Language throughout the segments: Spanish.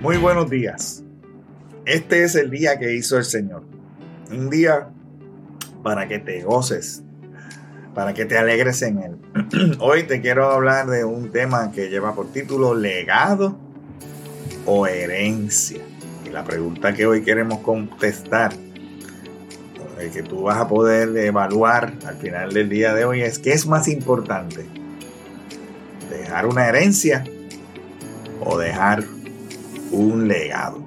Muy buenos días. Este es el día que hizo el Señor. Un día para que te goces, para que te alegres en Él. Hoy te quiero hablar de un tema que lleva por título legado o herencia. Y la pregunta que hoy queremos contestar, que tú vas a poder evaluar al final del día de hoy, es: ¿qué es más importante? ¿Dejar una herencia o dejar un legado?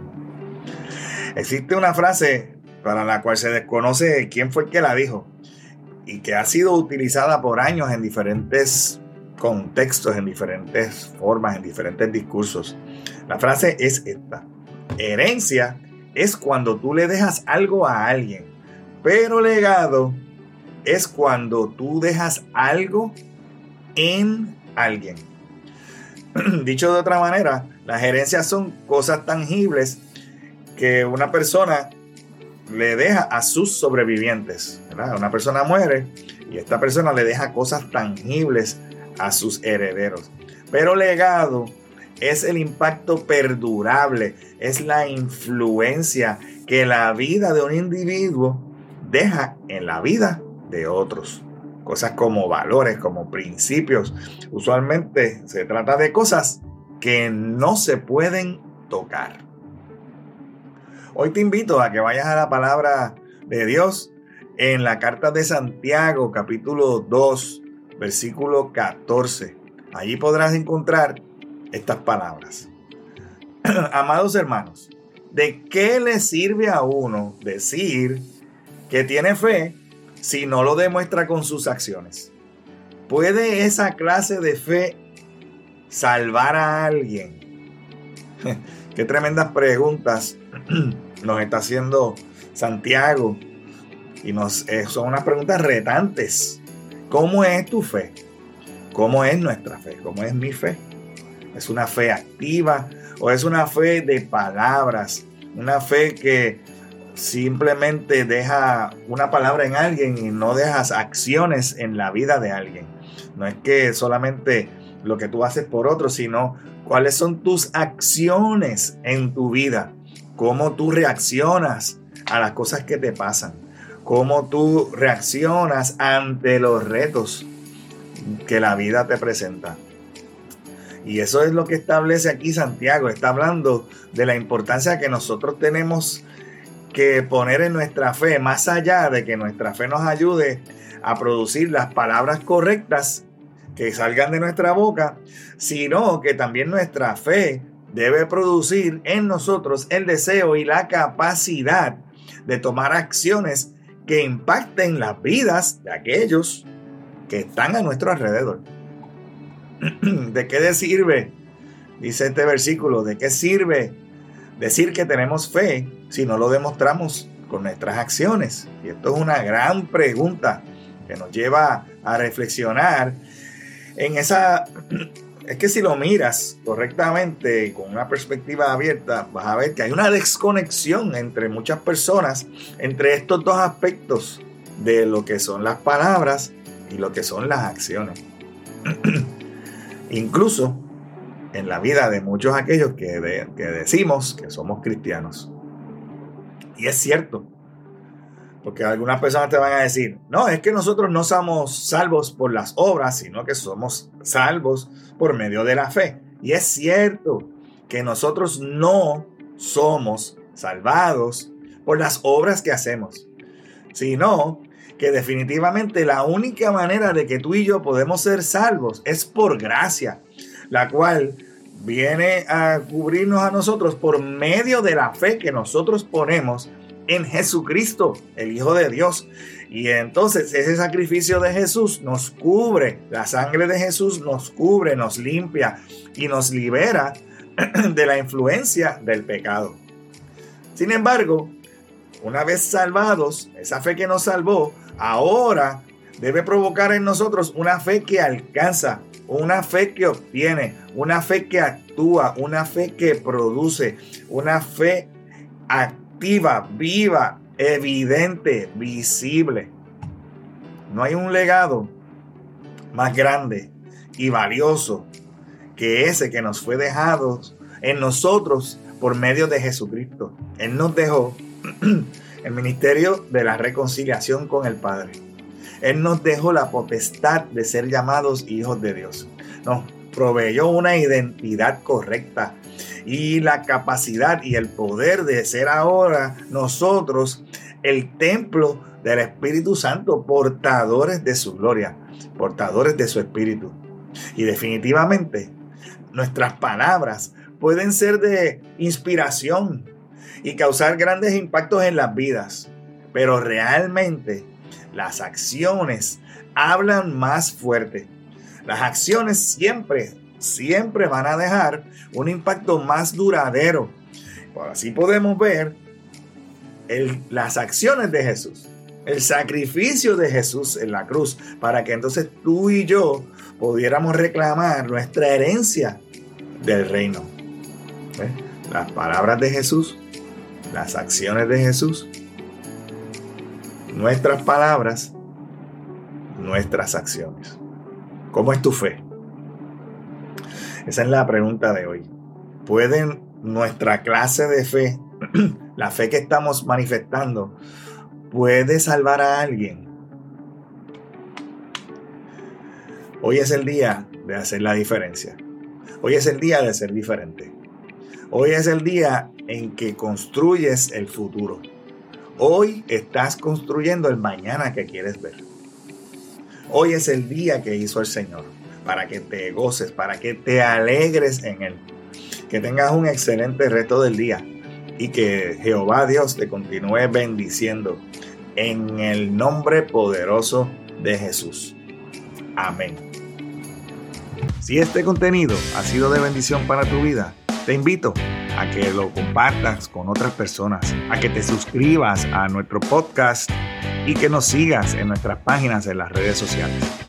Existe una frase para la cual se desconoce quién fue el que la dijo y que ha sido utilizada por años en diferentes contextos, en diferentes formas, en diferentes discursos. La frase es esta: herencia es cuando tú le dejas algo a alguien, pero legado es cuando tú dejas algo en alguien. Dicho de otra manera, las herencias son cosas tangibles que una persona le deja a sus sobrevivientes, ¿verdad? Una persona muere y esta persona le deja cosas tangibles a sus herederos. Pero legado es el impacto perdurable, es la influencia que la vida de un individuo deja en la vida de otros. Cosas como valores, como principios. Usualmente se trata de cosas que no se pueden tocar. Hoy te invito a que vayas a la palabra de Dios en la carta de Santiago, capítulo 2, versículo 14. Allí podrás encontrar estas palabras. Amados hermanos, ¿de qué le sirve a uno decir que tiene fe si no lo demuestra con sus acciones? ¿Puede esa clase de fe salvar a alguien? Qué tremendas preguntas nos está haciendo Santiago, y son unas preguntas retantes. ¿Cómo es tu fe? ¿Cómo es nuestra fe? ¿Cómo es mi fe? ¿Es una fe activa o es una fe de palabras? Una fe que simplemente deja una palabra en alguien y no dejas acciones en la vida de alguien. No es que solamente lo que tú haces por otros, sino cuáles son tus acciones en tu vida. Cómo tú reaccionas a las cosas que te pasan. Cómo tú reaccionas ante los retos que la vida te presenta. Y eso es lo que establece aquí Santiago. Está hablando de la importancia que nosotros tenemos que poner en nuestra fe, más allá de que nuestra fe nos ayude a producir las palabras correctas que salgan de nuestra boca, sino que también nuestra fe debe producir en nosotros el deseo y la capacidad de tomar acciones que impacten las vidas de aquellos que están a nuestro alrededor. ¿De qué sirve? Dice este versículo, ¿de qué sirve decir que tenemos fe si no lo demostramos con nuestras acciones? Y esto es una gran pregunta que nos lleva a reflexionar en esa. Es que si lo miras correctamente, con una perspectiva abierta, vas a ver que hay una desconexión entre muchas personas, entre estos dos aspectos de lo que son las palabras y lo que son las acciones. Incluso en la vida de muchos aquellos que decimos que somos cristianos. Y es cierto, porque algunas personas te van a decir: no, es que nosotros no somos salvos por las obras, sino que somos salvos por medio de la fe. Y es cierto que nosotros no somos salvados por las obras que hacemos, sino que definitivamente la única manera de que tú y yo podemos ser salvos es por gracia, la cual viene a cubrirnos a nosotros por medio de la fe que nosotros ponemos en Jesucristo, el Hijo de Dios. Y entonces ese sacrificio de Jesús nos cubre, la sangre de Jesús nos cubre, nos limpia y nos libera de la influencia del pecado. Sin embargo, una vez salvados, esa fe que nos salvó, ahora debe provocar en nosotros una fe que alcanza, una fe que obtiene, una fe que actúa, una fe que produce, una fe activa, viva, evidente, visible. No hay un legado más grande y valioso que ese que nos fue dejado en nosotros por medio de Jesucristo. Él nos dejó el ministerio de la reconciliación con el Padre. Él nos dejó la potestad de ser llamados hijos de Dios. Nos proveyó una identidad correcta y la capacidad y el poder de ser ahora nosotros el templo del Espíritu Santo, portadores de su gloria, portadores de su Espíritu. Y definitivamente nuestras palabras pueden ser de inspiración y causar grandes impactos en las vidas, pero realmente las acciones hablan más fuerte. Las acciones siempre van a dejar un impacto más duradero. Así podemos ver las acciones de Jesús, el sacrificio de Jesús en la cruz, para que entonces tú y yo pudiéramos reclamar nuestra herencia del reino. Las palabras de Jesús, las acciones de Jesús, nuestras palabras, nuestras acciones. ¿Cómo es tu fe? Esa es la pregunta de hoy. ¿Puede nuestra clase de fe, la fe que estamos manifestando, puede salvar a alguien? Hoy es el día de hacer la diferencia. Hoy es el día de ser diferente. Hoy es el día en que construyes el futuro. Hoy estás construyendo el mañana que quieres ver. Hoy es el día que hizo el Señor para que te goces, para que te alegres en Él. Que tengas un excelente resto del día y que Jehová Dios te continúe bendiciendo en el nombre poderoso de Jesús. Amén. Si este contenido ha sido de bendición para tu vida, te invito a que lo compartas con otras personas, a que te suscribas a nuestro podcast y que nos sigas en nuestras páginas en las redes sociales.